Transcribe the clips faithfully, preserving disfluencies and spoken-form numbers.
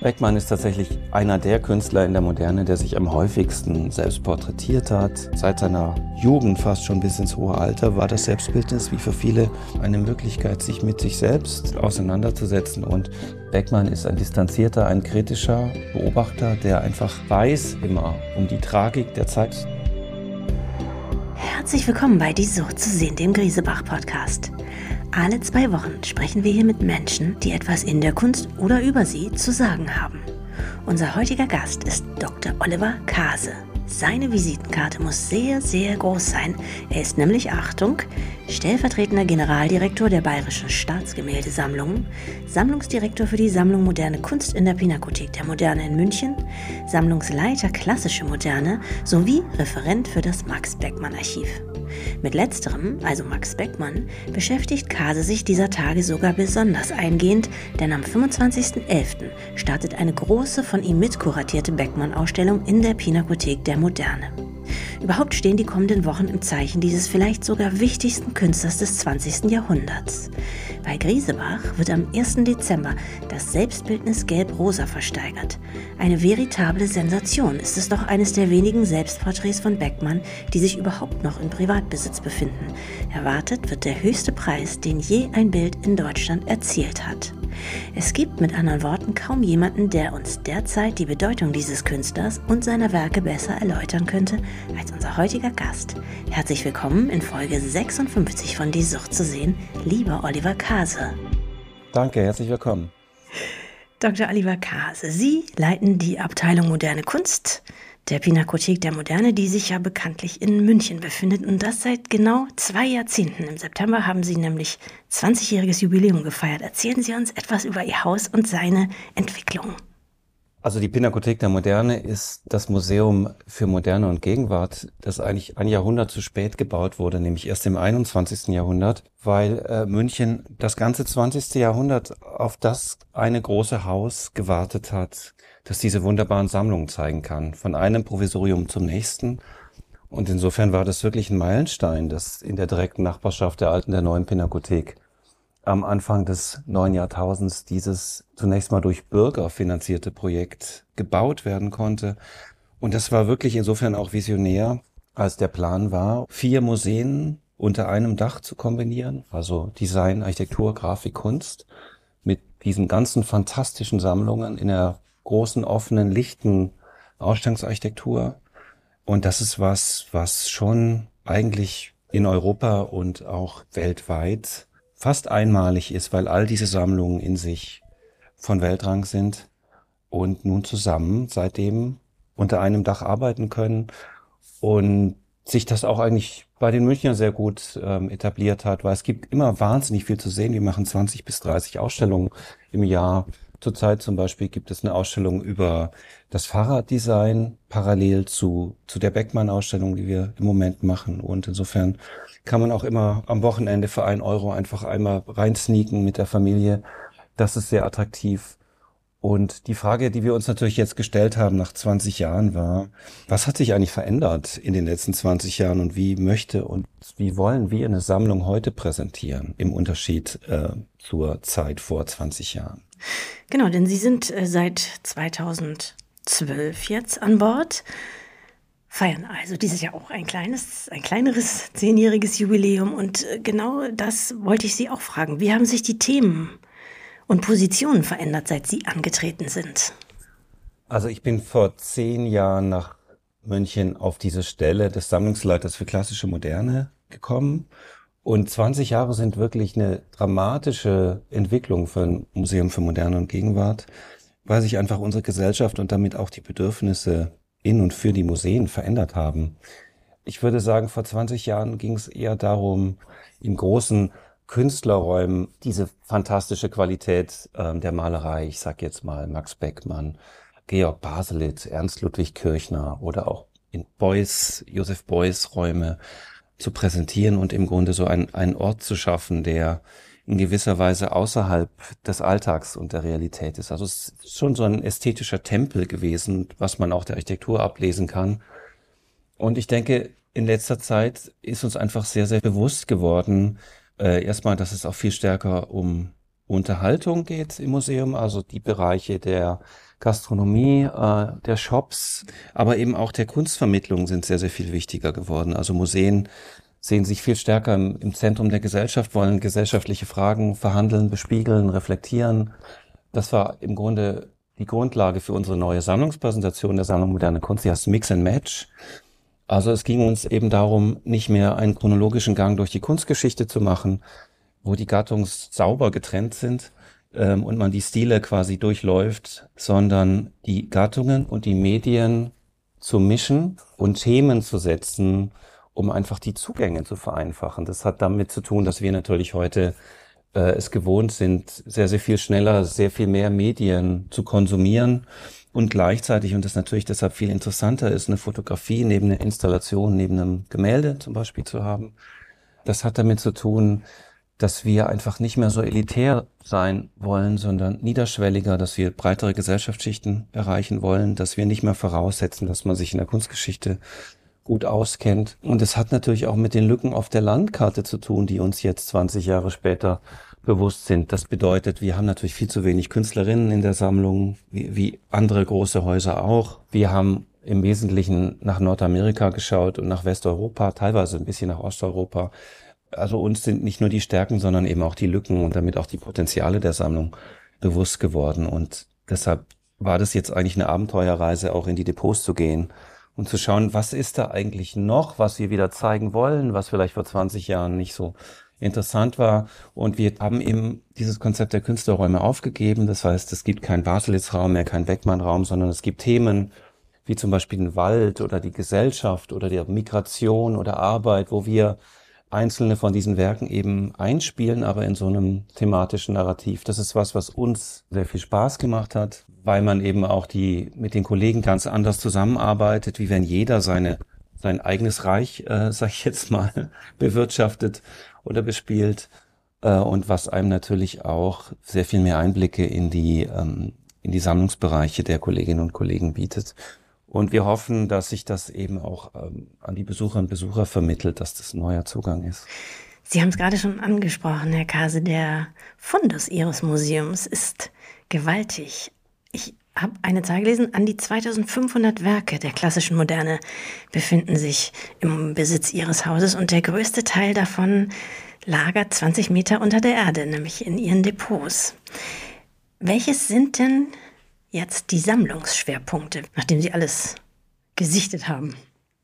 Beckmann ist tatsächlich einer der Künstler in der Moderne, der sich am häufigsten selbst porträtiert hat. Seit seiner Jugend, fast schon bis ins hohe Alter, war das Selbstbildnis wie für viele eine Möglichkeit, sich mit sich selbst auseinanderzusetzen. Und Beckmann ist ein distanzierter, ein kritischer Beobachter, der einfach weiß immer um die Tragik der Zeit. Herzlich willkommen bei Die Sucht zu sehen, dem Griesebach-Podcast. Alle zwei Wochen sprechen wir hier mit Menschen, die etwas in der Kunst oder über sie zu sagen haben. Unser heutiger Gast ist Doktor Oliver Kahse. Seine Visitenkarte muss sehr, sehr groß sein. Er ist nämlich, Achtung, stellvertretender Generaldirektor der Bayerischen Staatsgemäldesammlungen, Sammlungsdirektor für die Sammlung Moderne Kunst in der Pinakothek der Moderne in München, Sammlungsleiter Klassische Moderne sowie Referent für das Max-Beckmann-Archiv. Mit letzterem, also Max Beckmann, beschäftigt Kahse sich dieser Tage sogar besonders eingehend, denn am fünfundzwanzigsten elften startet eine große von ihm mitkuratierte Beckmann-Ausstellung in der Pinakothek der Moderne. Überhaupt stehen die kommenden Wochen im Zeichen dieses vielleicht sogar wichtigsten Künstlers des zwanzigsten Jahrhunderts. Bei Griesebach wird am ersten Dezember das Selbstbildnis Gelb-Rosa versteigert. Eine veritable Sensation ist es doch eines der wenigen Selbstporträts von Beckmann, die sich überhaupt noch in Privatbesitz befinden. Erwartet wird der höchste Preis, den je ein Bild in Deutschland erzielt hat. Es gibt mit anderen Worten kaum jemanden, der uns derzeit die Bedeutung dieses Künstlers und seiner Werke besser erläutern könnte als unser heutiger Gast. Herzlich willkommen in Folge sechsundfünfzig von Die Sucht zu sehen, lieber Oliver Kahse. Danke, herzlich willkommen. Doktor Oliver Kahse, Sie leiten die Abteilung Moderne Kunst der Pinakothek der Moderne, die sich ja bekanntlich in München befindet, und das seit genau zwei Jahrzehnten. Im September haben Sie nämlich zwanzigjähriges Jubiläum gefeiert. Erzählen Sie uns etwas über Ihr Haus und seine Entwicklung. Also die Pinakothek der Moderne ist das Museum für Moderne und Gegenwart, das eigentlich ein Jahrhundert zu spät gebaut wurde, nämlich erst im einundzwanzigsten Jahrhundert, weil äh, München das ganze zwanzigste Jahrhundert auf das eine große Haus gewartet hat, das diese wunderbaren Sammlungen zeigen kann, von einem Provisorium zum nächsten. Und insofern war das wirklich ein Meilenstein, das in der direkten Nachbarschaft der alten, der neuen Pinakothek am Anfang des neuen Jahrtausends dieses zunächst mal durch Bürger finanzierte Projekt gebaut werden konnte. Und das war wirklich insofern auch visionär, als der Plan war, vier Museen unter einem Dach zu kombinieren, also Design, Architektur, Grafik, Kunst, mit diesen ganzen fantastischen Sammlungen in der großen, offenen, lichten Ausstellungsarchitektur. Und das ist was, was schon eigentlich in Europa und auch weltweit fast einmalig ist, weil all diese Sammlungen in sich von Weltrang sind und nun zusammen seitdem unter einem Dach arbeiten können und sich das auch eigentlich bei den Münchnern sehr gut ähm, etabliert hat, weil es gibt immer wahnsinnig viel zu sehen. Wir machen zwanzig bis dreißig Ausstellungen im Jahr. Zurzeit zum Beispiel gibt es eine Ausstellung über das Fahrraddesign parallel zu zu der Beckmann-Ausstellung, die wir im Moment machen. Und insofern kann man auch immer am Wochenende für einen Euro einfach einmal reinsneaken mit der Familie. Das ist sehr attraktiv. Und die Frage, die wir uns natürlich jetzt gestellt haben nach zwanzig Jahren war, was hat sich eigentlich verändert in den letzten zwanzig Jahren und wie möchte und wie wollen wir eine Sammlung heute präsentieren im Unterschied äh, zur Zeit vor zwanzig Jahren? Genau, denn Sie sind äh, seit zweitausendzwölf jetzt an Bord, feiern also dieses Jahr auch ein kleines, ein kleineres zehnjähriges Jubiläum, und äh, genau das wollte ich Sie auch fragen. Wie haben sich die Themen und Positionen verändert, seit Sie angetreten sind? Also ich bin vor zehn Jahren nach München auf diese Stelle des Sammlungsleiters für klassische Moderne gekommen. Und zwanzig Jahre sind wirklich eine dramatische Entwicklung für ein Museum für Moderne und Gegenwart, weil sich einfach unsere Gesellschaft und damit auch die Bedürfnisse in und für die Museen verändert haben. Ich würde sagen, vor zwanzig Jahren ging es eher darum, im großen Künstlerräumen diese fantastische Qualität äh, der Malerei, ich sag jetzt mal Max Beckmann, Georg Baselitz, Ernst Ludwig Kirchner oder auch in Beuys, Josef Beuys Räume zu präsentieren und im Grunde so ein, einen Ort zu schaffen, der in gewisser Weise außerhalb des Alltags und der Realität ist. Also es ist schon so ein ästhetischer Tempel gewesen, was man auch der Architektur ablesen kann. Und ich denke, in letzter Zeit ist uns einfach sehr, sehr bewusst geworden, äh, erstmal, dass es auch viel stärker um Unterhaltung geht im Museum, also die Bereiche der Gastronomie, äh, der Shops, aber eben auch der Kunstvermittlung sind sehr, sehr viel wichtiger geworden. Also Museen sehen sich viel stärker im, im Zentrum der Gesellschaft, wollen gesellschaftliche Fragen verhandeln, bespiegeln, reflektieren. Das war im Grunde die Grundlage für unsere neue Sammlungspräsentation der Sammlung Moderne Kunst. Die heißt Mix and Match. Also es ging uns eben darum, nicht mehr einen chronologischen Gang durch die Kunstgeschichte zu machen, wo die Gattungen sauber getrennt sind ähm, und man die Stile quasi durchläuft, sondern die Gattungen und die Medien zu mischen und Themen zu setzen, um einfach die Zugänge zu vereinfachen. Das hat damit zu tun, dass wir natürlich heute äh, es gewohnt sind, sehr, sehr viel schneller, sehr viel mehr Medien zu konsumieren und gleichzeitig, und das natürlich deshalb viel interessanter ist, eine Fotografie neben einer Installation, neben einem Gemälde zum Beispiel zu haben. Das hat damit zu tun, dass wir einfach nicht mehr so elitär sein wollen, sondern niederschwelliger, dass wir breitere Gesellschaftsschichten erreichen wollen, dass wir nicht mehr voraussetzen, dass man sich in der Kunstgeschichte gut auskennt. Und es hat natürlich auch mit den Lücken auf der Landkarte zu tun, die uns jetzt zwanzig Jahre später bewusst sind. Das bedeutet, wir haben natürlich viel zu wenig Künstlerinnen in der Sammlung, wie, wie andere große Häuser auch. Wir haben im Wesentlichen nach Nordamerika geschaut und nach Westeuropa, teilweise ein bisschen nach Osteuropa. Also uns sind nicht nur die Stärken, sondern eben auch die Lücken und damit auch die Potenziale der Sammlung bewusst geworden. Und deshalb war das jetzt eigentlich eine Abenteuerreise, auch in die Depots zu gehen und zu schauen, was ist da eigentlich noch, was wir wieder zeigen wollen, was vielleicht vor zwanzig Jahren nicht so interessant war. Und wir haben eben dieses Konzept der Künstlerräume aufgegeben. Das heißt, es gibt keinen Baselitz-Raum mehr, keinen Beckmann-Raum, sondern es gibt Themen wie zum Beispiel den Wald oder die Gesellschaft oder die Migration oder Arbeit, wo wir einzelne von diesen Werken eben einspielen, aber in so einem thematischen Narrativ. Das ist was, was uns sehr viel Spaß gemacht hat, weil man eben auch die mit den Kollegen ganz anders zusammenarbeitet, wie wenn jeder seine sein eigenes Reich, äh, sag ich jetzt mal, bewirtschaftet oder bespielt, äh, und was einem natürlich auch sehr viel mehr Einblicke in die ähm, in die Sammlungsbereiche der Kolleginnen und Kollegen bietet. Und wir hoffen, dass sich das eben auch ähm, an die Besucherinnen und Besucher vermittelt, dass das ein neuer Zugang ist. Sie haben es gerade schon angesprochen, Herr Kase, der Fundus Ihres Museums ist gewaltig. Ich habe eine Zahl gelesen, an die zweitausendfünfhundert Werke der klassischen Moderne befinden sich im Besitz Ihres Hauses und der größte Teil davon lagert zwanzig Meter unter der Erde, nämlich in Ihren Depots. Welches sind denn jetzt die Sammlungsschwerpunkte, nachdem Sie alles gesichtet haben?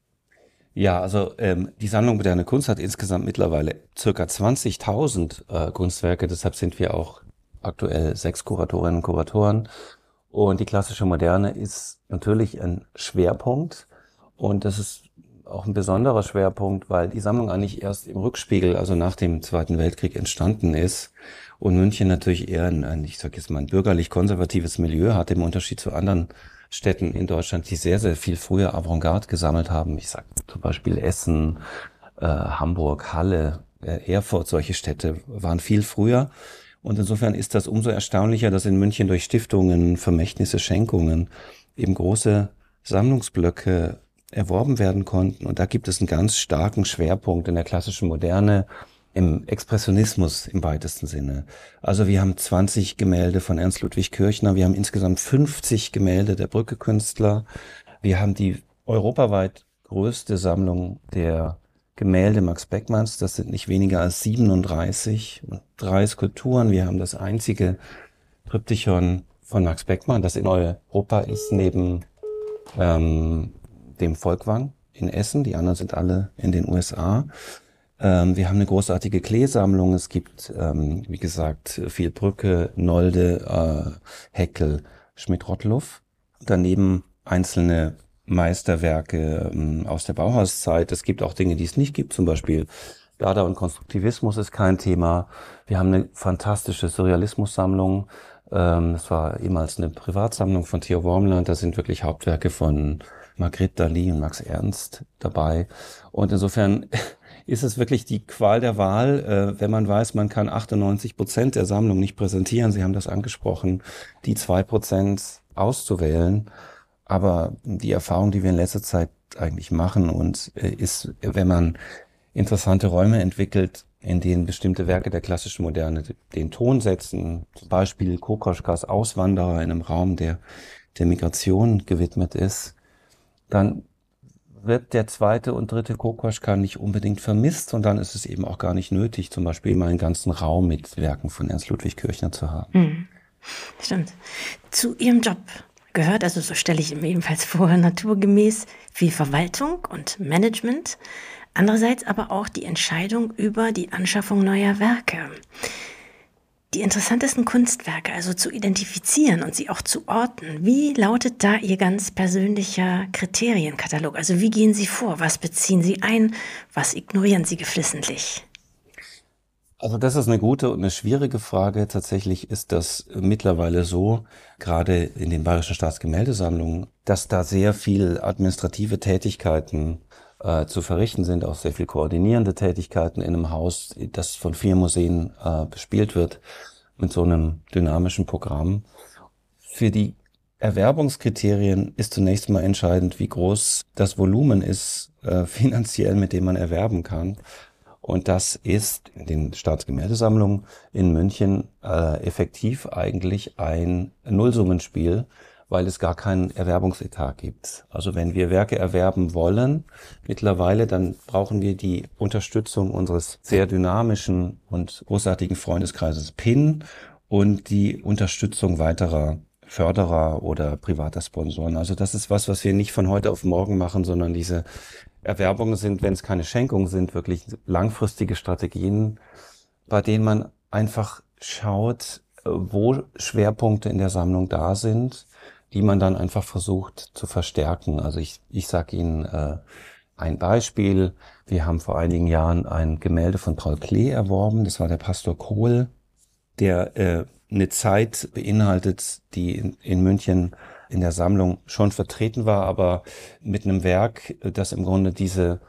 Ja, also ähm, die Sammlung Moderne Kunst hat insgesamt mittlerweile circa zwanzigtausend äh, Kunstwerke. Deshalb sind wir auch aktuell sechs Kuratorinnen und Kuratoren. Und die klassische Moderne ist natürlich ein Schwerpunkt. Und das ist auch ein besonderer Schwerpunkt, weil die Sammlung eigentlich erst im Rückspiegel, also nach dem Zweiten Weltkrieg, entstanden ist. Und München natürlich eher ein, ein ich sag jetzt mal, ein bürgerlich-konservatives Milieu hat, im Unterschied zu anderen Städten in Deutschland, die sehr, sehr viel früher Avantgarde gesammelt haben. Ich sag zum Beispiel Essen, äh, Hamburg, Halle, äh, Erfurt, solche Städte waren viel früher. Und insofern ist das umso erstaunlicher, dass in München durch Stiftungen, Vermächtnisse, Schenkungen eben große Sammlungsblöcke erworben werden konnten. Und da gibt es einen ganz starken Schwerpunkt in der klassischen Moderne, im Expressionismus im weitesten Sinne. Also wir haben zwanzig Gemälde von Ernst Ludwig Kirchner, wir haben insgesamt fünfzig Gemälde der Brücke-Künstler, wir haben die europaweit größte Sammlung der Gemälde Max Beckmanns, das sind nicht weniger als siebenunddreißig, drei Skulpturen. Wir haben das einzige Triptychon von Max Beckmann, das in Europa ist, neben ähm, dem Volkwang in Essen. Die anderen sind alle in den U S A. Ähm, wir haben eine großartige Kleesammlung. Es gibt, ähm, wie gesagt, viel Brücke, Nolde, äh, Heckel, Schmidt-Rottluff. Daneben einzelne Meisterwerke ähm, aus der Bauhauszeit. Es gibt auch Dinge, die es nicht gibt, zum Beispiel Dada und Konstruktivismus ist kein Thema. Wir haben eine fantastische Surrealismus-Sammlung. Ähm, das war ehemals eine Privatsammlung von Theo Wormland. Da sind wirklich Hauptwerke von Magritte, Dali und Max Ernst dabei. Und insofern ist es wirklich die Qual der Wahl, äh, wenn man weiß, man kann achtundneunzig Prozent der Sammlung nicht präsentieren. Sie haben das angesprochen, die zwei Prozent auszuwählen. Aber die Erfahrung, die wir in letzter Zeit eigentlich machen, und äh, ist, wenn man interessante Räume entwickelt, in denen bestimmte Werke der klassischen Moderne den Ton setzen, zum Beispiel Kokoschkas Auswanderer in einem Raum, der der Migration gewidmet ist, dann wird der zweite und dritte Kokoschka nicht unbedingt vermisst und dann ist es eben auch gar nicht nötig, zum Beispiel mal einen ganzen Raum mit Werken von Ernst Ludwig Kirchner zu haben. Hm. Stimmt. Zu Ihrem Job gehört, also so stelle ich mir jedenfalls vor, naturgemäß viel Verwaltung und Management, andererseits aber auch die Entscheidung über die Anschaffung neuer Werke. Die interessantesten Kunstwerke also zu identifizieren und sie auch zu orten. Wie lautet da Ihr ganz persönlicher Kriterienkatalog? Also wie gehen Sie vor? Was beziehen Sie ein? Was ignorieren Sie geflissentlich? Also das ist eine gute und eine schwierige Frage. Tatsächlich ist das mittlerweile so, gerade in den Bayerischen Staatsgemäldesammlungen, dass da sehr viel administrative Tätigkeiten äh, zu verrichten sind, auch sehr viel koordinierende Tätigkeiten in einem Haus, das von vier Museen äh, bespielt wird mit so einem dynamischen Programm. Für die Erwerbungskriterien ist zunächst mal entscheidend, wie groß das Volumen ist, äh, finanziell, mit dem man erwerben kann. Und das ist in den Staatsgemäldesammlungen in München äh, effektiv eigentlich ein Nullsummenspiel, weil es gar keinen Erwerbungsetat gibt. Also wenn wir Werke erwerben wollen, mittlerweile, dann brauchen wir die Unterstützung unseres sehr dynamischen und großartigen Freundeskreises P I N und die Unterstützung weiterer Förderer oder privater Sponsoren. Also das ist was, was wir nicht von heute auf morgen machen, sondern diese Erwerbungen sind, wenn es keine Schenkungen sind, wirklich langfristige Strategien, bei denen man einfach schaut, wo Schwerpunkte in der Sammlung da sind, die man dann einfach versucht zu verstärken. Also ich, ich sage Ihnen äh, ein Beispiel. Wir haben vor einigen Jahren ein Gemälde von Paul Klee erworben. Das war der Pastor Kohl, der äh, eine Zeit beinhaltet, die in, in München in der Sammlung schon vertreten war, aber mit einem Werk, das im Grunde diese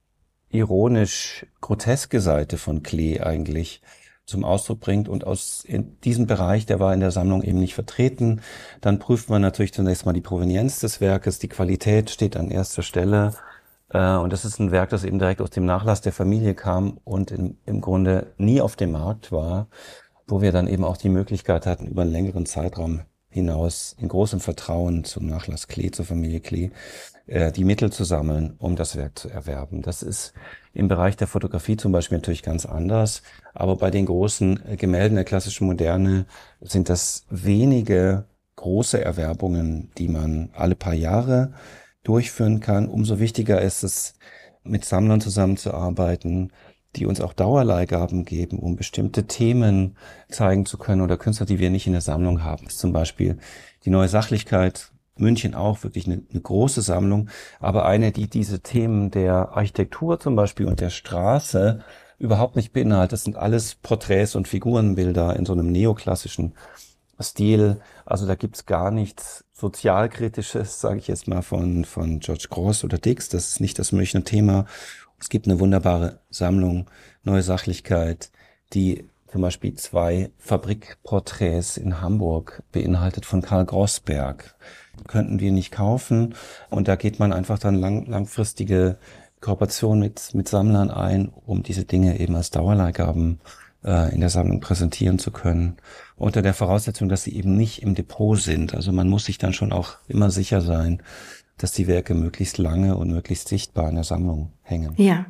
ironisch-groteske Seite von Klee eigentlich zum Ausdruck bringt. Und aus in diesem Bereich, der war in der Sammlung eben nicht vertreten. Dann prüft man natürlich zunächst mal die Provenienz des Werkes, die Qualität steht an erster Stelle. Und das ist ein Werk, das eben direkt aus dem Nachlass der Familie kam und im, im Grunde nie auf dem Markt war, wo wir dann eben auch die Möglichkeit hatten, über einen längeren Zeitraum hinaus in großem Vertrauen zum Nachlass Klee, zur Familie Klee, äh, die Mittel zu sammeln, um das Werk zu erwerben. Das ist im Bereich der Fotografie zum Beispiel natürlich ganz anders, aber bei den großen äh, Gemälden der klassischen Moderne sind das wenige große Erwerbungen, die man alle paar Jahre durchführen kann. Umso wichtiger ist es, mit Sammlern zusammenzuarbeiten, die uns auch Dauerleihgaben geben, um bestimmte Themen zeigen zu können oder Künstler, die wir nicht in der Sammlung haben. Das ist zum Beispiel die Neue Sachlichkeit, München auch wirklich eine, eine große Sammlung, aber eine, die diese Themen der Architektur zum Beispiel und der Straße überhaupt nicht beinhaltet. Das sind alles Porträts und Figurenbilder in so einem neoklassischen Stil. Also da gibt's gar nichts Sozialkritisches, sage ich jetzt mal, von von George Grosz oder Dix. Das ist nicht das Münchner Thema. Es gibt eine wunderbare Sammlung, Neue Sachlichkeit, die zum Beispiel zwei Fabrikporträts in Hamburg beinhaltet von Karl Grossberg. Die könnten wir nicht kaufen und da geht man einfach dann lang, langfristige Kooperation mit, mit Sammlern ein, um diese Dinge eben als Dauerleihgaben äh, in der Sammlung präsentieren zu können. Unter der Voraussetzung, dass sie eben nicht im Depot sind. Also man muss sich dann schon auch immer sicher sein, dass die Werke möglichst lange und möglichst sichtbar in der Sammlung hängen. Ja,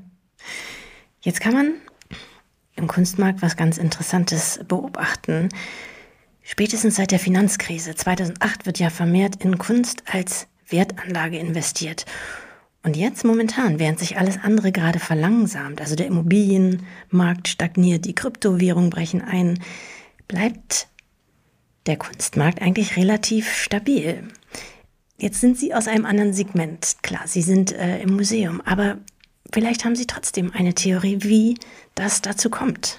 jetzt kann man im Kunstmarkt was ganz Interessantes beobachten. Spätestens seit der Finanzkrise zweitausendacht wird ja vermehrt in Kunst als Wertanlage investiert. Und jetzt momentan, während sich alles andere gerade verlangsamt, also der Immobilienmarkt stagniert, die Kryptowährungen brechen ein, bleibt der Kunstmarkt eigentlich relativ stabil. Jetzt sind Sie aus einem anderen Segment. Klar, Sie sind äh, im Museum, aber vielleicht haben Sie trotzdem eine Theorie, wie das dazu kommt.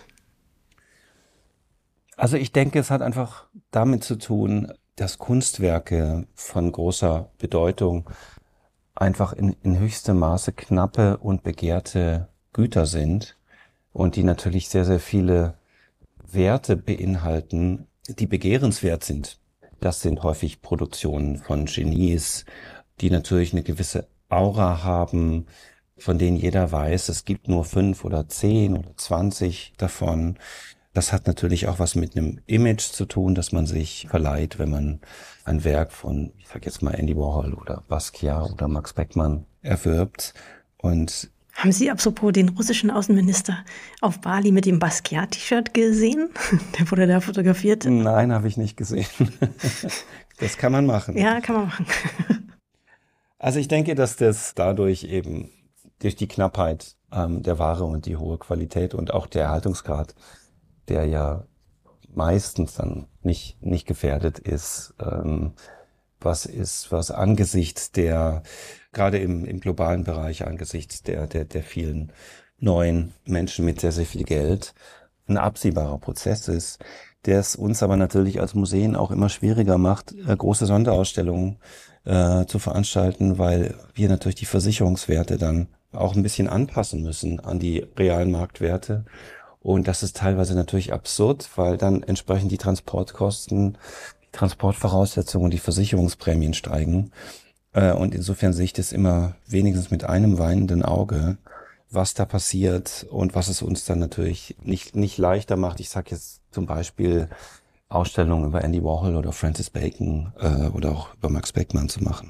Also ich denke, es hat einfach damit zu tun, dass Kunstwerke von großer Bedeutung einfach in, in höchstem Maße knappe und begehrte Güter sind und die natürlich sehr, sehr viele Werte beinhalten, die begehrenswert sind. Das sind häufig Produktionen von Genies, die natürlich eine gewisse Aura haben, von denen jeder weiß, es gibt nur fünf oder zehn oder zwanzig davon. Das hat natürlich auch was mit einem Image zu tun, das man sich verleiht, wenn man ein Werk von, ich sag jetzt mal Andy Warhol oder Basquiat oder Max Beckmann erwirbt. Und haben Sie apropos den russischen Außenminister auf Bali mit dem Basquiat-T-Shirt gesehen? Der wurde da fotografiert. Nein, habe ich nicht gesehen. Das kann man machen. Ja, kann man machen. Also ich denke, dass das dadurch eben durch die Knappheit ähm, der Ware und die hohe Qualität und auch der Erhaltungsgrad, der ja meistens dann nicht nicht gefährdet ist, ähm, was ist, was angesichts der, gerade im, im globalen Bereich, angesichts der, der, der vielen neuen Menschen mit sehr, sehr viel Geld, ein absehbarer Prozess ist, der es uns aber natürlich als Museen auch immer schwieriger macht, äh, große Sonderausstellungen äh, zu veranstalten, weil wir natürlich die Versicherungswerte dann auch ein bisschen anpassen müssen an die realen Marktwerte. Und das ist teilweise natürlich absurd, weil dann entsprechend die Transportkosten, Transportvoraussetzungen und die Versicherungsprämien steigen. Und insofern sehe ich das immer wenigstens mit einem weinenden Auge, was da passiert und was es uns dann natürlich nicht nicht leichter macht. Ich sage jetzt zum Beispiel Ausstellungen über Andy Warhol oder Francis Bacon äh, oder auch über Max Beckmann zu machen.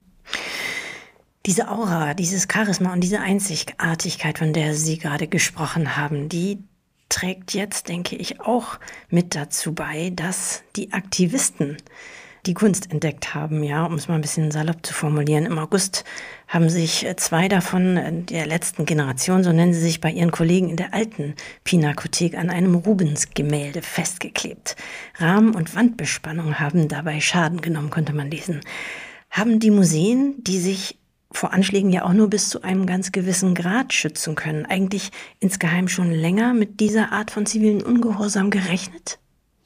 Diese Aura, dieses Charisma und diese Einzigartigkeit, von der Sie gerade gesprochen haben, die trägt jetzt, denke ich, auch mit dazu bei, dass die Aktivisten die Kunst entdeckt haben, ja, um es mal ein bisschen salopp zu formulieren. Im August haben sich zwei davon der letzten Generation, so nennen sie sich, bei ihren Kollegen in der alten Pinakothek an einem Rubens-Gemälde festgeklebt. Rahmen und Wandbespannung haben dabei Schaden genommen, konnte man lesen. Haben die Museen, die sich vor Anschlägen ja auch nur bis zu einem ganz gewissen Grad schützen können, eigentlich insgeheim schon länger mit dieser Art von zivilen Ungehorsam gerechnet?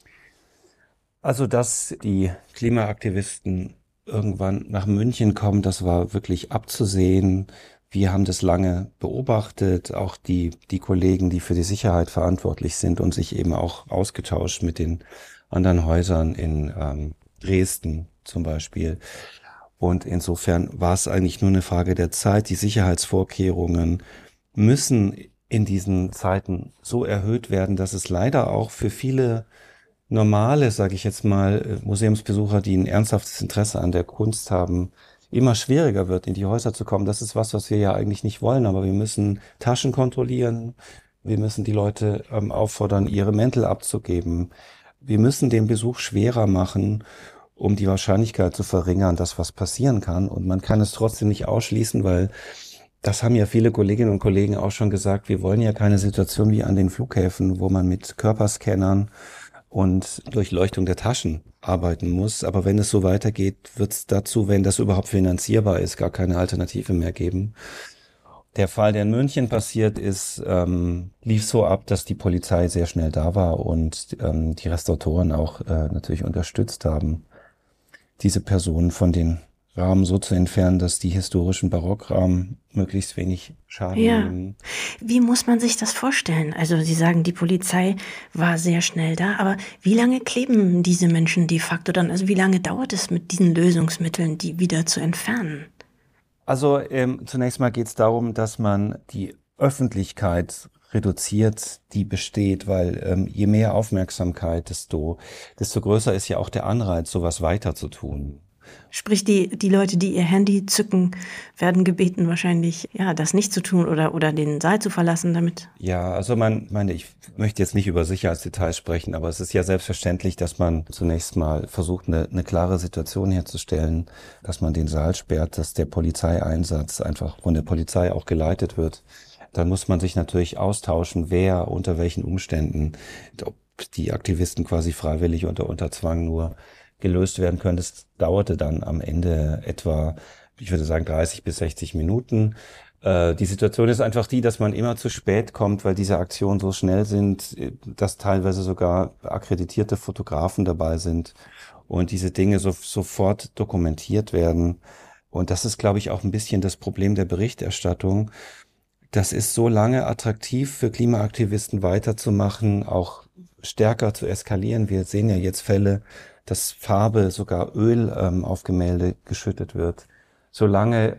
Also, dass die Klimaaktivisten irgendwann nach München kommen, das war wirklich abzusehen. Wir haben das lange beobachtet, auch die, die Kollegen, die für die Sicherheit verantwortlich sind und sich eben auch ausgetauscht mit den anderen Häusern in ähm, Dresden zum Beispiel. Und insofern war es eigentlich nur eine Frage der Zeit. Die Sicherheitsvorkehrungen müssen in diesen Zeiten so erhöht werden, dass es leider auch für viele normale, sage ich jetzt mal, Museumsbesucher, die ein ernsthaftes Interesse an der Kunst haben, immer schwieriger wird, in die Häuser zu kommen. Das ist was, was wir ja eigentlich nicht wollen, aber wir müssen Taschen kontrollieren. Wir müssen die Leute ähm, auffordern, ihre Mäntel abzugeben. Wir müssen den Besuch schwerer machen, um die Wahrscheinlichkeit zu verringern, dass was passieren kann. Und man kann es trotzdem nicht ausschließen, weil das haben ja viele Kolleginnen und Kollegen auch schon gesagt, wir wollen ja keine Situation wie an den Flughäfen, wo man mit Körperscannern und Durchleuchtung der Taschen arbeiten muss. Aber wenn es so weitergeht, wird es dazu, wenn das überhaupt finanzierbar ist, gar keine Alternative mehr geben. Der Fall, der in München passiert ist, ähm, lief so ab, dass die Polizei sehr schnell da war und ähm, die Restauratoren auch äh, natürlich unterstützt haben, diese Personen von den Rahmen so zu entfernen, dass die historischen Barockrahmen möglichst wenig Schaden ja. nehmen. Wie muss man sich das vorstellen? Also Sie sagen, die Polizei war sehr schnell da, aber wie lange kleben diese Menschen de facto dann? Also wie lange dauert es mit diesen Lösungsmitteln, die wieder zu entfernen? Also ähm, zunächst mal geht es darum, dass man die Öffentlichkeit reduziert, die besteht, weil ähm, je mehr Aufmerksamkeit, desto, desto größer ist ja auch der Anreiz, sowas weiter zu tun. Sprich, die, die Leute, die ihr Handy zücken, werden gebeten wahrscheinlich, ja, das nicht zu tun oder, oder den Saal zu verlassen damit. Ja, also man, meine, ich möchte jetzt nicht über Sicherheitsdetails sprechen, aber es ist ja selbstverständlich, dass man zunächst mal versucht, eine, eine klare Situation herzustellen, dass man den Saal sperrt, dass der Polizeieinsatz einfach von der Polizei auch geleitet wird. Dann muss man sich natürlich austauschen, wer unter welchen Umständen, ob die Aktivisten quasi freiwillig oder unter Zwang nur gelöst werden können. Das dauerte dann am Ende etwa, ich würde sagen, dreißig bis sechzig Minuten. Äh, die Situation ist einfach die, dass man immer zu spät kommt, weil diese Aktionen so schnell sind, dass teilweise sogar akkreditierte Fotografen dabei sind und diese Dinge so, sofort dokumentiert werden. Und das ist, glaube ich, auch ein bisschen das Problem der Berichterstattung. Das ist so lange attraktiv für Klimaaktivisten weiterzumachen, auch stärker zu eskalieren. Wir sehen ja jetzt Fälle, dass Farbe, sogar Öl ähm, auf Gemälde geschüttet wird. Solange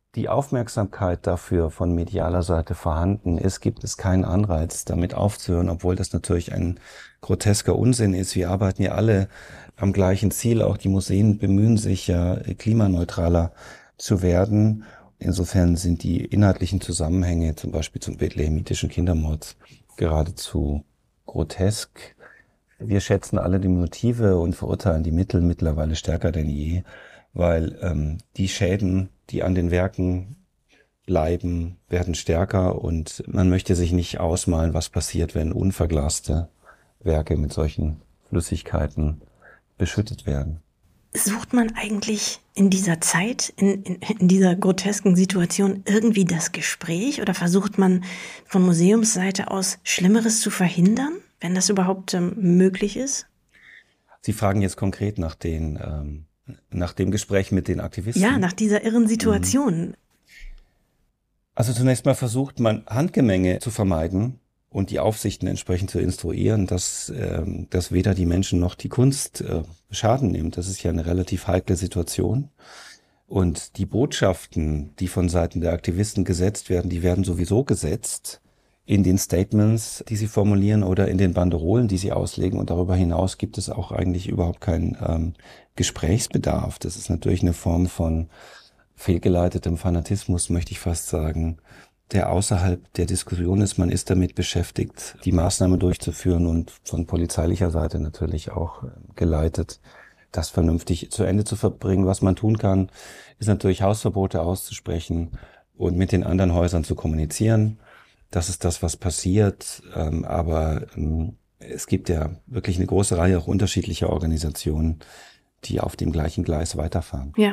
die Aufmerksamkeit dafür von medialer Seite vorhanden ist, gibt es keinen Anreiz, damit aufzuhören, obwohl das natürlich ein grotesker Unsinn ist. Wir arbeiten ja alle am gleichen Ziel. Auch die Museen bemühen sich ja, klimaneutraler zu werden. Insofern sind die inhaltlichen Zusammenhänge, zum Beispiel zum bethlehemitischen Kindermord, geradezu grotesk. Wir schätzen alle die Motive und verurteilen die Mittel mittlerweile stärker denn je, weil ähm, die Schäden, die an den Werken bleiben, werden stärker und man möchte sich nicht ausmalen, was passiert, wenn unverglaste Werke mit solchen Flüssigkeiten beschüttet werden. Sucht man eigentlich in dieser Zeit, in, in, in dieser grotesken Situation irgendwie das Gespräch oder versucht man von Museumsseite aus Schlimmeres zu verhindern, wenn das überhaupt ähm, möglich ist? Sie fragen jetzt konkret nach den, ähm, nach dem Gespräch mit den Aktivisten? Ja, nach dieser irren Situation. Mhm. Also zunächst mal versucht man, Handgemenge zu vermeiden und die Aufsichten entsprechend zu instruieren, dass, ähm, dass weder die Menschen noch die Kunst äh, Schaden nimmt. Das ist ja eine relativ heikle Situation. Und die Botschaften, die von Seiten der Aktivisten gesetzt werden, die werden sowieso gesetzt in den Statements, die sie formulieren oder in den Banderolen, die sie auslegen. Und darüber hinaus gibt es auch eigentlich überhaupt keinen ähm, Gesprächsbedarf. Das ist natürlich eine Form von fehlgeleitetem Fanatismus, möchte ich fast sagen, der außerhalb der Diskussion ist. Man ist damit beschäftigt, die Maßnahme durchzuführen und von polizeilicher Seite natürlich auch geleitet, das vernünftig zu Ende zu verbringen. Was man tun kann, ist natürlich Hausverbote auszusprechen und mit den anderen Häusern zu kommunizieren. Das ist das, was passiert. Aber es gibt ja wirklich eine große Reihe auch unterschiedlicher Organisationen, die auf dem gleichen Gleis weiterfahren. Ja.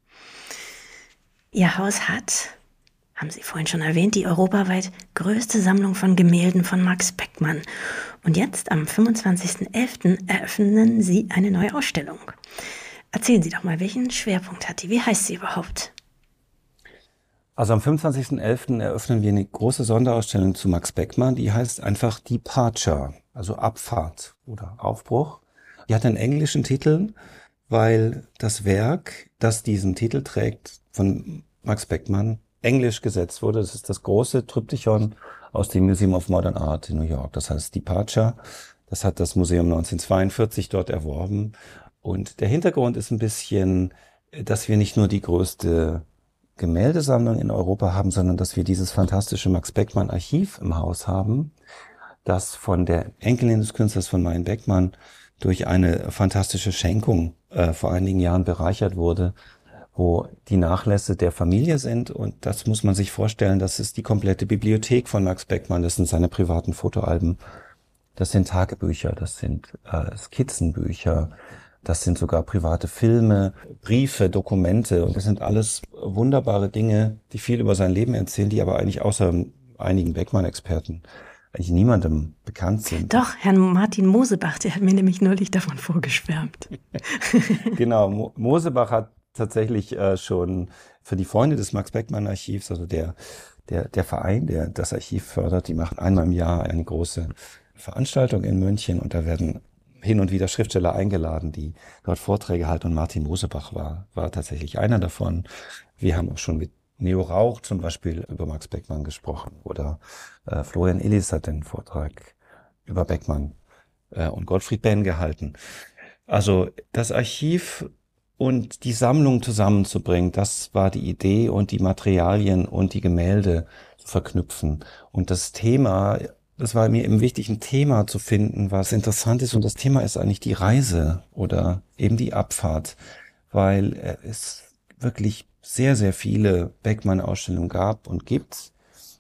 Ihr Haus hat, haben Sie vorhin schon erwähnt, die europaweit größte Sammlung von Gemälden von Max Beckmann. Und jetzt am fünfundzwanzigsten elften eröffnen Sie eine neue Ausstellung. Erzählen Sie doch mal, welchen Schwerpunkt hat die? Wie heißt sie überhaupt? Also am fünfundzwanzigsten elften eröffnen wir eine große Sonderausstellung zu Max Beckmann, die heißt einfach Departure, also Abfahrt oder Aufbruch. Die hat einen englischen Titel, weil das Werk, das diesen Titel trägt, von Max Beckmann englisch gesetzt wurde. Das ist das große Triptychon aus dem Museum of Modern Art in New York. Das heißt Departure. Das hat das Museum neunzehnhundertzweiundvierzig dort erworben. Und der Hintergrund ist ein bisschen, dass wir nicht nur die größte Gemäldesammlung in Europa haben, sondern dass wir dieses fantastische Max Beckmann Archiv im Haus haben, das von der Enkelin des Künstlers von Mayen Beckmann durch eine fantastische Schenkung äh, vor einigen Jahren bereichert wurde, wo die Nachlässe der Familie sind. Und das muss man sich vorstellen, das ist die komplette Bibliothek von Max Beckmann. Das sind seine privaten Fotoalben, das sind Tagebücher, das sind äh, Skizzenbücher, das sind sogar private Filme, Briefe, Dokumente. Und das sind alles wunderbare Dinge, die viel über sein Leben erzählen, die aber eigentlich außer einigen Beckmann-Experten eigentlich niemandem bekannt sind. Doch, Herrn Martin Mosebach, der hat mir nämlich neulich davon vorgeschwärmt. Genau, Mo- Mosebach hat tatsächlich äh, schon für die Freunde des Max Beckmann Archivs, also der, der, der Verein, der das Archiv fördert, die machen einmal im Jahr eine große Veranstaltung in München und da werden hin und wieder Schriftsteller eingeladen, die dort Vorträge halten und Martin Mosebach war, war tatsächlich einer davon. Wir haben auch schon mit Neo Rauch zum Beispiel über Max Beckmann gesprochen oder äh, Florian Illis hat den Vortrag über Beckmann äh, und Gottfried Benn gehalten. Also das Archiv und die Sammlung zusammenzubringen, das war die Idee und die Materialien und die Gemälde zu verknüpfen. Und das Thema, das war mir eben wichtig, ein Thema zu finden, was interessant ist. Und das Thema ist eigentlich die Reise oder eben die Abfahrt, weil es wirklich sehr, sehr viele Beckmann-Ausstellungen gab und gibt.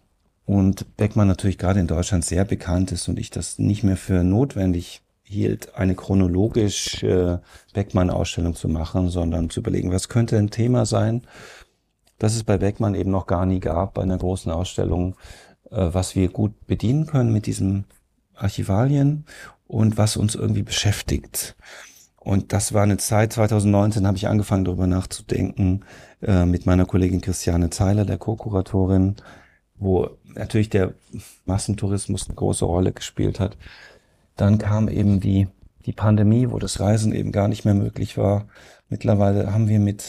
Und Beckmann natürlich gerade in Deutschland sehr bekannt ist und ich das nicht mehr für notwendig hielt, eine chronologische Beckmann-Ausstellung zu machen, sondern zu überlegen, was könnte ein Thema sein, das es bei Beckmann eben noch gar nie gab, bei einer großen Ausstellung, was wir gut bedienen können mit diesen Archivalien und was uns irgendwie beschäftigt. Und das war eine Zeit, zwanzig neunzehn habe ich angefangen, darüber nachzudenken, äh, mit meiner Kollegin Christiane Zeiler, der Co-Kuratorin, wo natürlich der Massentourismus eine große Rolle gespielt hat. Dann kam eben die, die Pandemie, wo das Reisen eben gar nicht mehr möglich war. Mittlerweile haben wir mit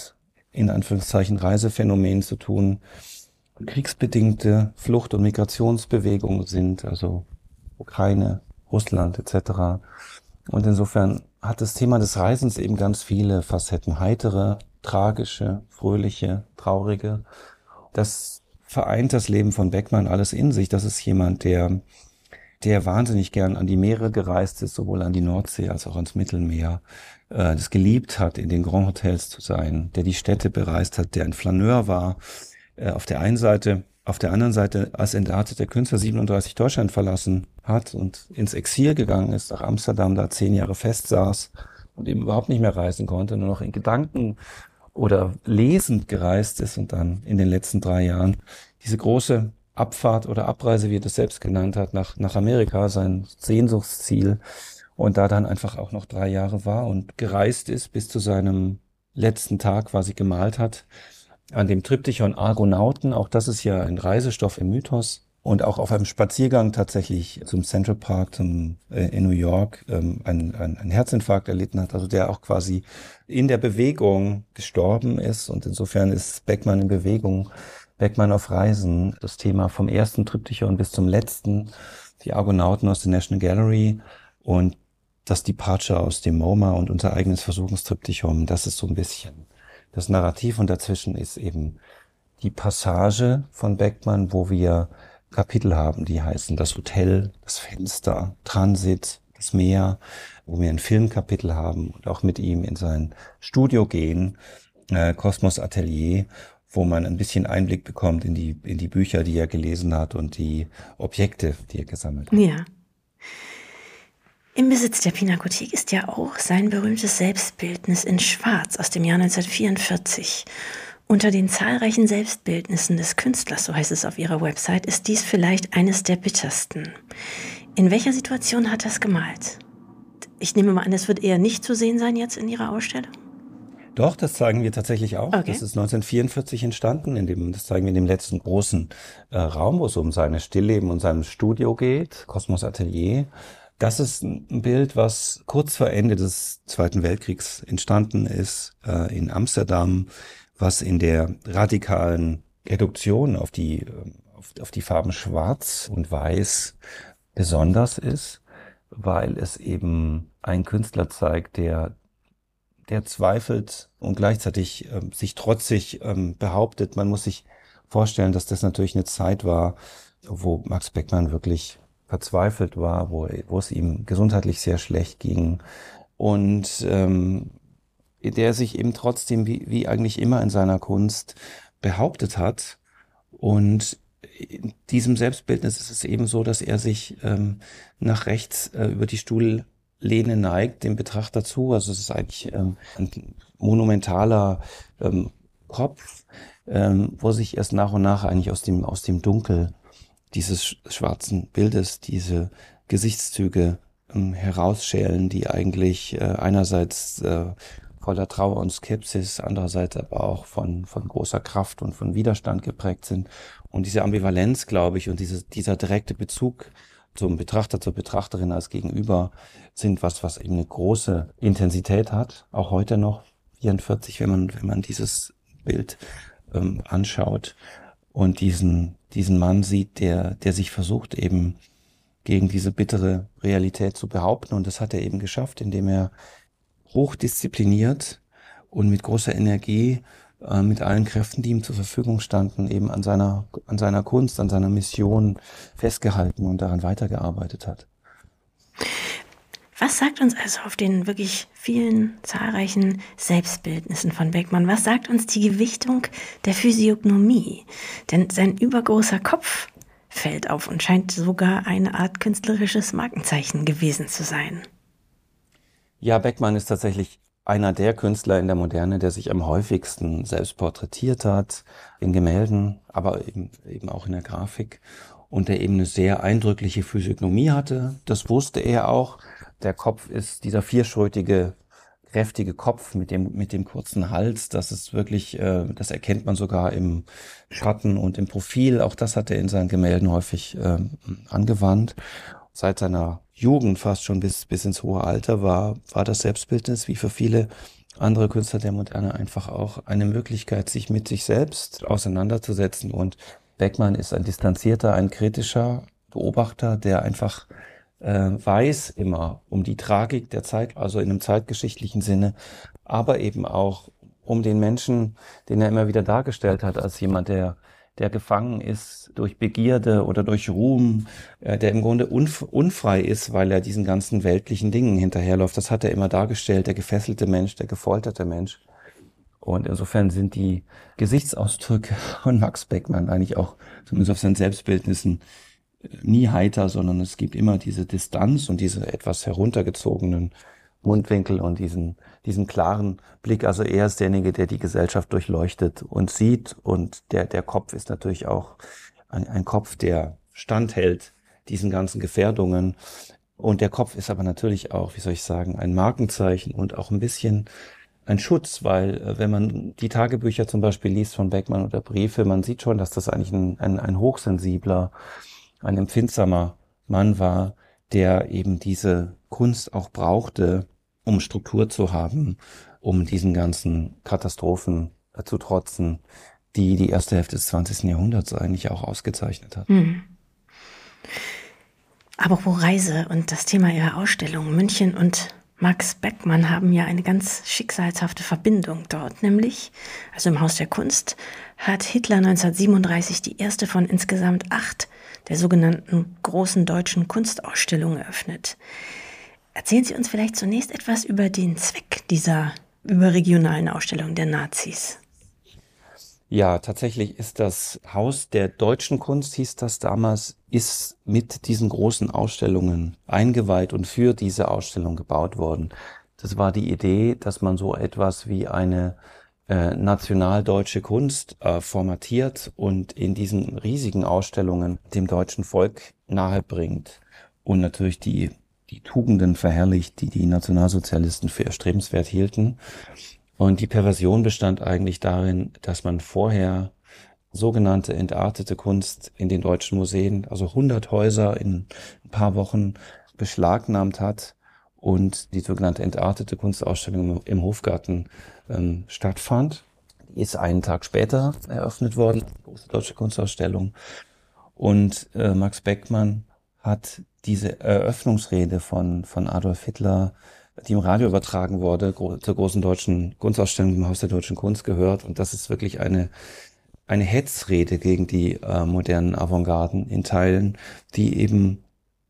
in Anführungszeichen Reisephänomen zu tun, kriegsbedingte Flucht- und Migrationsbewegungen sind, also Ukraine, Russland et cetera. Und insofern hat das Thema des Reisens eben ganz viele Facetten, heitere, tragische, fröhliche, traurige. Das vereint das Leben von Beckmann alles in sich. Das ist jemand, der der wahnsinnig gern an die Meere gereist ist, sowohl an die Nordsee als auch ans Mittelmeer, äh, das geliebt hat, in den Grand Hotels zu sein, der die Städte bereist hat, der ein Flaneur war, äh, auf der einen Seite, auf der anderen Seite als entarteter Künstler siebenunddreißig Deutschland verlassen hat und ins Exil gegangen ist, nach Amsterdam, da zehn Jahre festsaß und eben überhaupt nicht mehr reisen konnte, nur noch in Gedanken oder lesend gereist ist und dann in den letzten drei Jahren diese große Abfahrt oder Abreise, wie er das selbst genannt hat, nach, nach Amerika, sein Sehnsuchtsziel, und da dann einfach auch noch drei Jahre war und gereist ist bis zu seinem letzten Tag, quasi gemalt hat, an dem Triptychon Argonauten. Auch das ist ja ein Reisestoff im Mythos. Und auch auf einem Spaziergang tatsächlich zum Central Park zum, äh, in New York ähm, einen ein Herzinfarkt erlitten hat, also der auch quasi in der Bewegung gestorben ist. Und insofern ist Beckmann in Bewegung, Beckmann auf Reisen, das Thema vom ersten Triptychon bis zum letzten, die Argonauten aus der National Gallery und das Departure aus dem MoMA und unser eigenes Versuchungstriptychon, das ist so ein bisschen das Narrativ. Und dazwischen ist eben die Passage von Beckmann, wo wir Kapitel haben, die heißen das Hotel, das Fenster, Transit, das Meer, wo wir ein Filmkapitel haben und auch mit ihm in sein Studio gehen, äh, Kosmos Atelier, wo man ein bisschen Einblick bekommt in die in die Bücher, die er gelesen hat und die Objekte, die er gesammelt hat. Ja. Im Besitz der Pinakothek ist ja auch sein berühmtes Selbstbildnis in Schwarz aus dem Jahr neunzehnhundertvierundvierzig. Unter den zahlreichen Selbstbildnissen des Künstlers, so heißt es auf ihrer Website, ist dies vielleicht eines der bittersten. In welcher Situation hat er es gemalt? Ich nehme mal an, es wird eher nicht zu sehen sein jetzt in Ihrer Ausstellung? Doch, das zeigen wir tatsächlich auch. Okay. Das ist neunzehnhundertvierundvierzig entstanden, in dem, das zeigen wir in dem letzten großen äh, Raum, wo es um seine Stillleben und seinem Studio geht, Kosmos Atelier. Das ist ein Bild, was kurz vor Ende des Zweiten Weltkriegs entstanden ist, äh, in Amsterdam, was in der radikalen Reduktion auf die, auf, auf die Farben Schwarz und Weiß besonders ist, weil es eben einen Künstler zeigt, der der zweifelt und gleichzeitig äh, sich trotzig ähm, behauptet. Man muss sich vorstellen, dass das natürlich eine Zeit war, wo Max Beckmann wirklich verzweifelt war, wo, wo es ihm gesundheitlich sehr schlecht ging und ähm, der sich eben trotzdem, wie, wie eigentlich immer in seiner Kunst, behauptet hat. Und in diesem Selbstbildnis ist es eben so, dass er sich ähm, nach rechts äh, über die Stuhllehne neigt, dem Betrachter zu. Also es ist eigentlich ähm, ein monumentaler ähm, Kopf, ähm, wo sich erst nach und nach eigentlich aus dem, aus dem Dunkel dieses schwarzen Bildes diese Gesichtszüge ähm, herausschälen, die eigentlich äh, einerseits äh, voller Trauer und Skepsis, andererseits aber auch von von großer Kraft und von Widerstand geprägt sind. Und diese Ambivalenz, glaube ich, und diese, dieser direkte Bezug zum Betrachter, zur Betrachterin als Gegenüber sind was, was eben eine große Intensität hat, auch heute noch, vierundvierzig, wenn man wenn man dieses Bild ähm, anschaut und diesen diesen Mann sieht, der der sich versucht, eben gegen diese bittere Realität zu behaupten. Und das hat er eben geschafft, indem er hochdiszipliniert und mit großer Energie, äh, mit allen Kräften, die ihm zur Verfügung standen, eben an seiner, an seiner Kunst, an seiner Mission festgehalten und daran weitergearbeitet hat. Was sagt uns also auf den wirklich vielen, zahlreichen Selbstbildnissen von Beckmann, was sagt uns die Gewichtung der Physiognomie? Denn sein übergroßer Kopf fällt auf und scheint sogar eine Art künstlerisches Markenzeichen gewesen zu sein. Ja, Beckmann ist tatsächlich einer der Künstler in der Moderne, der sich am häufigsten selbst porträtiert hat, in Gemälden, aber eben, eben auch in der Grafik, und der eben eine sehr eindrückliche Physiognomie hatte. Das wusste er auch. Der Kopf ist dieser vierschrötige, kräftige Kopf mit dem mit dem kurzen Hals. Das ist wirklich, äh, das erkennt man sogar im Schatten und im Profil. Auch das hat er in seinen Gemälden häufig äh, angewandt. Seit seiner Jugend fast schon bis bis ins hohe Alter war war das Selbstbildnis wie für viele andere Künstler der Moderne einfach auch eine Möglichkeit, sich mit sich selbst auseinanderzusetzen. Und Beckmann ist ein distanzierter, ein kritischer Beobachter, der einfach äh, weiß immer um die Tragik der Zeit, also in einem zeitgeschichtlichen Sinne, aber eben auch um den Menschen, den er immer wieder dargestellt hat, als jemand, der der gefangen ist durch Begierde oder durch Ruhm, äh, der im Grunde unf- unfrei ist, weil er diesen ganzen weltlichen Dingen hinterherläuft. Das hat er immer dargestellt, der gefesselte Mensch, der gefolterte Mensch. Und insofern sind die Gesichtsausdrücke von Max Beckmann eigentlich auch, zumindest auf seinen Selbstbildnissen, nie heiter, sondern es gibt immer diese Distanz und diese etwas heruntergezogenen Mundwinkel und diesen diesen klaren Blick. Also er ist derjenige, der die Gesellschaft durchleuchtet und sieht, und der der Kopf ist natürlich auch ein, ein Kopf, der standhält diesen ganzen Gefährdungen. Und der Kopf ist aber natürlich auch, wie soll ich sagen, ein Markenzeichen und auch ein bisschen ein Schutz, weil äh, wenn man die Tagebücher zum Beispiel liest von Beckmann oder Briefe, man sieht schon, dass das eigentlich ein, ein, ein hochsensibler, ein empfindsamer Mann war, der eben diese Kunst auch brauchte, um Struktur zu haben, um diesen ganzen Katastrophen äh, zu trotzen, die die erste Hälfte des zwanzigsten Jahrhunderts eigentlich auch ausgezeichnet hat. Hm. Apropos Reise und das Thema Ihrer Ausstellung, München und Max Beckmann haben ja eine ganz schicksalshafte Verbindung dort, nämlich, also im Haus der Kunst, hat Hitler neunzehnhundertsiebenunddreißig die erste von insgesamt acht der sogenannten großen deutschen Kunstausstellungen eröffnet. Erzählen Sie uns vielleicht zunächst etwas über den Zweck dieser überregionalen Ausstellung der Nazis. Ja, tatsächlich ist das Haus der deutschen Kunst, hieß das damals, ist mit diesen großen Ausstellungen eingeweiht und für diese Ausstellung gebaut worden. Das war die Idee, dass man so etwas wie eine äh, nationaldeutsche Kunst äh, formatiert und in diesen riesigen Ausstellungen dem deutschen Volk nahebringt und natürlich die die Tugenden verherrlicht, die die Nationalsozialisten für erstrebenswert hielten. Und die Perversion bestand eigentlich darin, dass man vorher sogenannte entartete Kunst in den deutschen Museen, also hundert Häuser in ein paar Wochen beschlagnahmt hat und die sogenannte entartete Kunstausstellung im Hofgarten ähm, stattfand. Die ist einen Tag später eröffnet worden, die große deutsche Kunstausstellung. Und äh, Max Beckmann hat diese Eröffnungsrede von von Adolf Hitler, die im Radio übertragen wurde, gro- zur großen deutschen Kunstausstellung im Haus der deutschen Kunst gehört. Und das ist wirklich eine eine Hetzrede gegen die äh, modernen Avantgarden in Teilen, die eben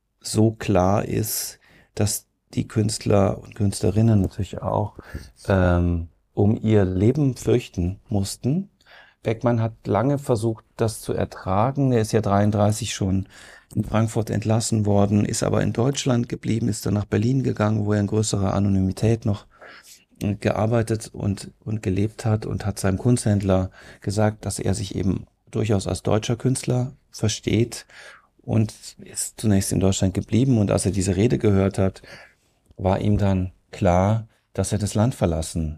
so klar ist, dass die Künstler und Künstlerinnen natürlich auch ähm, um ihr Leben fürchten mussten. Beckmann hat lange versucht, das zu ertragen. Er ist ja dreiunddreißig schon in Frankfurt entlassen worden, ist aber in Deutschland geblieben, ist dann nach Berlin gegangen, wo er in größerer Anonymität noch gearbeitet und und gelebt hat, und hat seinem Kunsthändler gesagt, dass er sich eben durchaus als deutscher Künstler versteht, und ist zunächst in Deutschland geblieben. Und als er diese Rede gehört hat, war ihm dann klar, dass er das Land verlassen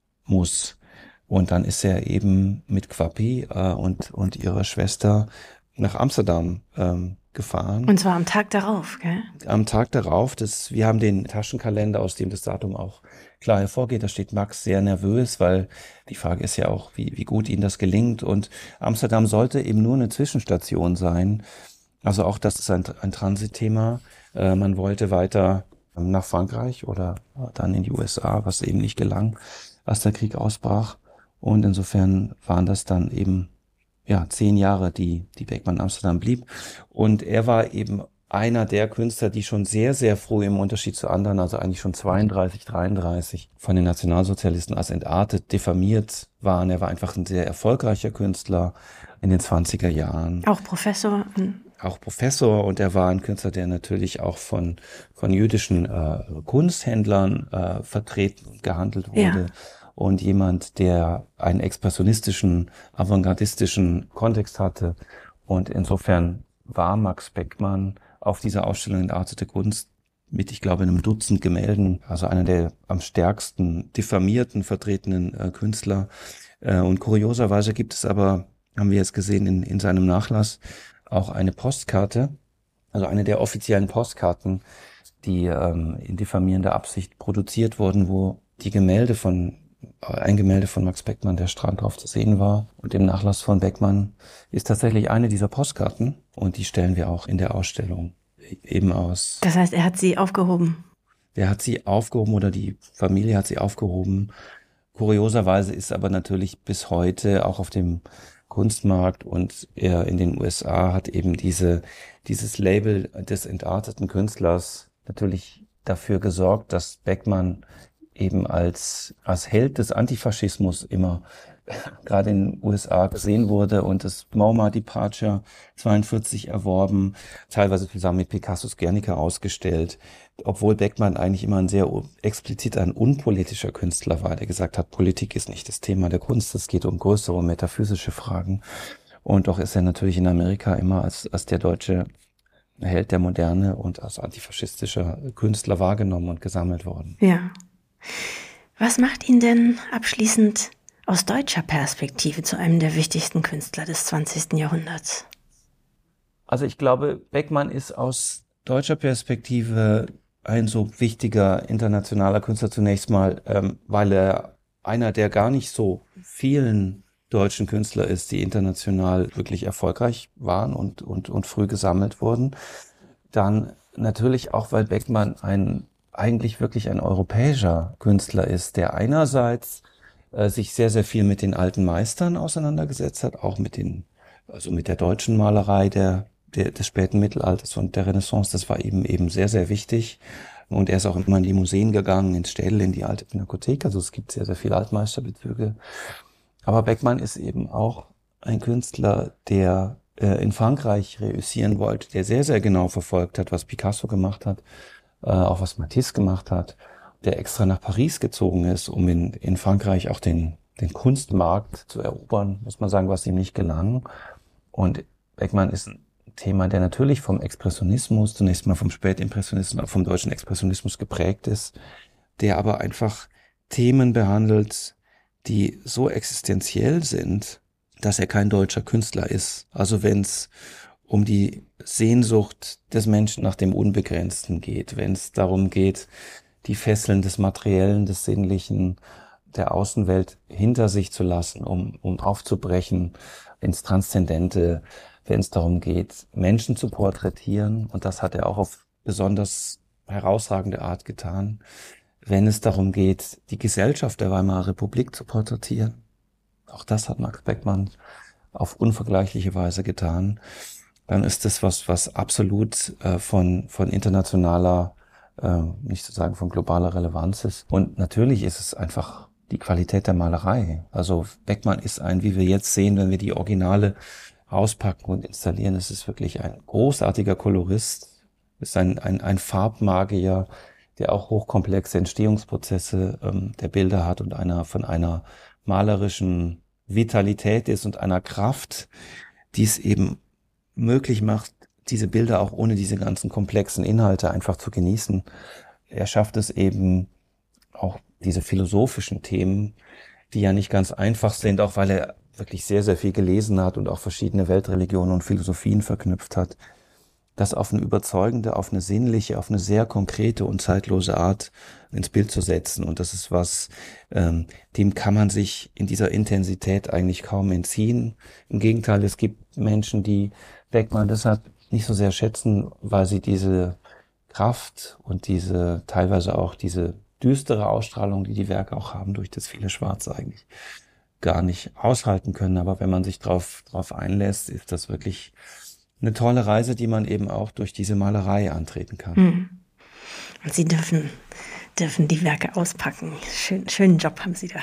muss. Und dann ist er eben mit Quappi äh, und und ihrer Schwester nach Amsterdam ähm, gefahren. Und zwar am Tag darauf, gell? Am Tag darauf, das, wir haben den Taschenkalender, aus dem das Datum auch klar hervorgeht. Da steht Max sehr nervös, weil die Frage ist ja auch, wie, wie gut ihm das gelingt. Und Amsterdam sollte eben nur eine Zwischenstation sein. Also auch das ist ein, ein Transitthema. Äh, man wollte weiter nach Frankreich oder dann in die U S A, was eben nicht gelang, als der Krieg ausbrach. Und insofern waren das dann eben ja zehn Jahre, die die Beckmann in Amsterdam blieb. Und er war eben einer der Künstler, die schon sehr, sehr früh im Unterschied zu anderen, also eigentlich schon zweiunddreißig, dreiunddreißig, von den Nationalsozialisten als entartet, diffamiert waren. Er war einfach ein sehr erfolgreicher Künstler in den zwanziger Jahren. Auch Professor. Auch Professor, und er war ein Künstler, der natürlich auch von von jüdischen äh, Kunsthändlern äh, vertreten und gehandelt wurde. Ja. Und jemand, der einen expressionistischen, avantgardistischen Kontext hatte. Und insofern war Max Beckmann auf dieser Ausstellung Entartete Kunst mit, ich glaube, einem Dutzend Gemälden, also einer der am stärksten diffamierten, vertretenen äh, Künstler. Äh, und kurioserweise gibt es aber, haben wir jetzt gesehen, in, in seinem Nachlass auch eine Postkarte, also eine der offiziellen Postkarten, die ähm, in diffamierender Absicht produziert wurden, wo die Gemälde von, ein Gemälde von Max Beckmann, der Strand drauf zu sehen war. Und im Nachlass von Beckmann ist tatsächlich eine dieser Postkarten. Und die stellen wir auch in der Ausstellung eben aus. Das heißt, er hat sie aufgehoben? Er hat sie aufgehoben oder die Familie hat sie aufgehoben. Kurioserweise ist aber natürlich bis heute auch auf dem Kunstmarkt und er in den U S A hat eben diese, dieses Label des entarteten Künstlers natürlich dafür gesorgt, dass Beckmann eben als, als Held des Antifaschismus immer gerade in den U S A gesehen wurde und das MoMA Departure zweiundvierzig erworben, teilweise zusammen mit Picassos Guernica ausgestellt, obwohl Beckmann eigentlich immer ein sehr explizit ein unpolitischer Künstler war, der gesagt hat, Politik ist nicht das Thema der Kunst, es geht um größere metaphysische Fragen. Und doch ist er natürlich in Amerika immer als, als der deutsche Held der Moderne und als antifaschistischer Künstler wahrgenommen und gesammelt worden. Ja. Was macht ihn denn abschließend aus deutscher Perspektive zu einem der wichtigsten Künstler des zwanzigsten Jahrhunderts? Also ich glaube, Beckmann ist aus deutscher Perspektive ein so wichtiger internationaler Künstler zunächst mal, ähm, weil er einer der gar nicht so vielen deutschen Künstler ist, die international wirklich erfolgreich waren und, und, und früh gesammelt wurden. Dann natürlich auch, weil Beckmann ein eigentlich wirklich ein europäischer Künstler ist, der einerseits äh, sich sehr, sehr viel mit den alten Meistern auseinandergesetzt hat, auch mit den, also mit der deutschen Malerei der, der, des späten Mittelalters und der Renaissance. Das war eben eben sehr, sehr wichtig. Und er ist auch immer in die Museen gegangen, ins Städel, in die alte Pinakothek. Also es gibt sehr, sehr viele Altmeisterbezüge. Aber Beckmann ist eben auch ein Künstler, der äh, in Frankreich reüssieren wollte, der sehr, sehr genau verfolgt hat, was Picasso gemacht hat, äh, auch was Matisse gemacht hat, der extra nach Paris gezogen ist, um in, in Frankreich auch den, den Kunstmarkt zu erobern, muss man sagen, was ihm nicht gelang. Und Beckmann ist ein Thema, der natürlich vom Expressionismus, zunächst mal vom Spätimpressionismus, auch vom deutschen Expressionismus geprägt ist, der aber einfach Themen behandelt, die so existenziell sind, dass er kein deutscher Künstler ist. Also wenn es um die Sehnsucht des Menschen nach dem Unbegrenzten geht, wenn es darum geht, die Fesseln des Materiellen, des Sinnlichen, der Außenwelt hinter sich zu lassen, um, um aufzubrechen ins Transzendente, wenn es darum geht, Menschen zu porträtieren, und das hat er auch auf besonders herausragende Art getan, wenn es darum geht, die Gesellschaft der Weimarer Republik zu porträtieren. Auch das hat Max Beckmann auf unvergleichliche Weise getan. Dann ist das was, was absolut äh, von, von internationaler, äh, nicht zu sagen von globaler Relevanz ist. Und natürlich ist es einfach die Qualität der Malerei. Also Beckmann ist ein, wie wir jetzt sehen, wenn wir die Originale auspacken und installieren, es ist wirklich ein großartiger Kolorist, ist ein, ein, ein Farbmagier, der auch hochkomplexe Entstehungsprozesse ähm, der Bilder hat und einer von einer malerischen Vitalität ist und einer Kraft, die es eben möglich macht, diese Bilder auch ohne diese ganzen komplexen Inhalte einfach zu genießen. Er schafft es eben auch diese philosophischen Themen, die ja nicht ganz einfach sind, auch weil er wirklich sehr, sehr viel gelesen hat und auch verschiedene Weltreligionen und Philosophien verknüpft hat, das auf eine überzeugende, auf eine sinnliche, auf eine sehr konkrete und zeitlose Art ins Bild zu setzen. Und das ist was, ähm, dem kann man sich in dieser Intensität eigentlich kaum entziehen. Im Gegenteil, es gibt Menschen, die Beckmann deshalb nicht so sehr schätzen, weil sie diese Kraft und diese, teilweise auch diese düstere Ausstrahlung, die die Werke auch haben, durch das viele Schwarz eigentlich gar nicht aushalten können. Aber wenn man sich drauf, drauf einlässt, ist das wirklich eine tolle Reise, die man eben auch durch diese Malerei antreten kann. Mhm. Und Sie dürfen, dürfen die Werke auspacken. Schön, schönen Job haben Sie da.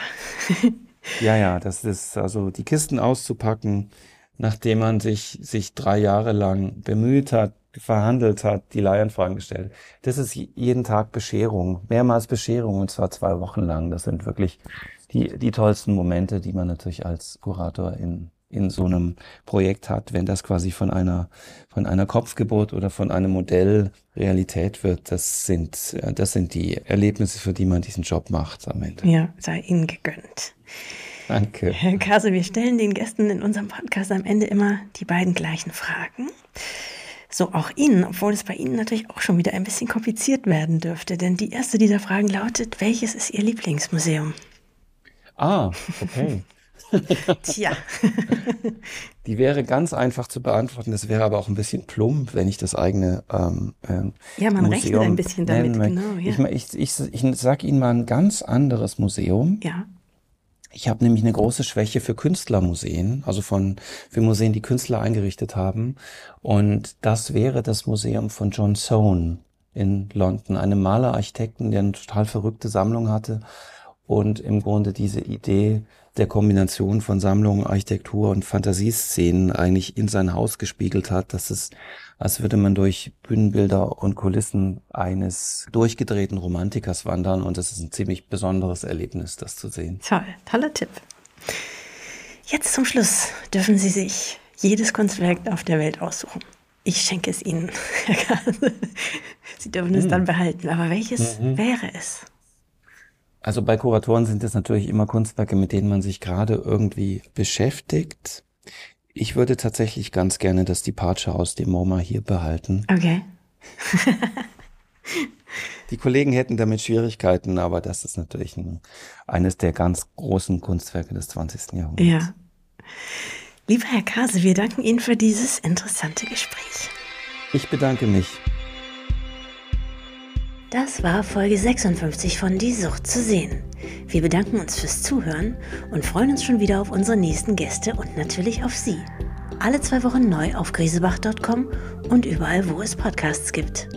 Ja, ja, das ist also die Kisten auszupacken, nachdem man sich, sich drei Jahre lang bemüht hat, verhandelt hat, die Leihanfragen gestellt. Das ist jeden Tag Bescherung, mehrmals Bescherung, und zwar zwei Wochen lang. Das sind wirklich die, die tollsten Momente, die man natürlich als Kurator in in so einem Projekt hat, wenn das quasi von einer von einer Kopfgeburt oder von einem Modell Realität wird. Das sind das sind die Erlebnisse, für die man diesen Job macht am Ende. Ja, sei Ihnen gegönnt. Danke. Herr Kase, wir stellen den Gästen in unserem Podcast am Ende immer die beiden gleichen Fragen. So auch Ihnen, obwohl es bei Ihnen natürlich auch schon wieder ein bisschen kompliziert werden dürfte. Denn die erste dieser Fragen lautet, welches ist Ihr Lieblingsmuseum? Ah, okay. Tja. Die wäre ganz einfach zu beantworten, das wäre aber auch ein bisschen plump, wenn ich das eigene ähm, äh, Ja, man rechnet Museum ein bisschen damit, nennen möchte. genau. Ja. Ich, ich, ich, ich sage Ihnen mal ein ganz anderes Museum. Ja. Ich habe nämlich eine große Schwäche für Künstlermuseen, also von für Museen, die Künstler eingerichtet haben. Und das wäre das Museum von John Soane in London, einem Maler-Architekten, der eine total verrückte Sammlung hatte und im Grunde diese Idee der Kombination von Sammlung, Architektur und Fantasieszenen eigentlich in sein Haus gespiegelt hat, dass es, als würde man durch Bühnenbilder und Kulissen eines durchgedrehten Romantikers wandern, und das ist ein ziemlich besonderes Erlebnis, das zu sehen. Toll, toller Tipp. Jetzt zum Schluss dürfen Sie sich jedes Kunstwerk auf der Welt aussuchen. Ich schenke es Ihnen, Herr Kase. Sie dürfen es Hm. dann behalten. Aber welches Mhm. wäre es? Also bei Kuratoren sind es natürlich immer Kunstwerke, mit denen man sich gerade irgendwie beschäftigt. Ich würde tatsächlich ganz gerne das Departure aus dem MoMA hier behalten. Okay. Die Kollegen hätten damit Schwierigkeiten, aber das ist natürlich ein, eines der ganz großen Kunstwerke des zwanzigsten Jahrhunderts. Ja. Lieber Herr Kase, wir danken Ihnen für dieses interessante Gespräch. Ich bedanke mich. Das war Folge sechsundfünfzig von Die Sucht zu sehen. Wir bedanken uns fürs Zuhören und freuen uns schon wieder auf unsere nächsten Gäste und natürlich auf Sie. Alle zwei Wochen neu auf griesebach Punkt com und überall, wo es Podcasts gibt.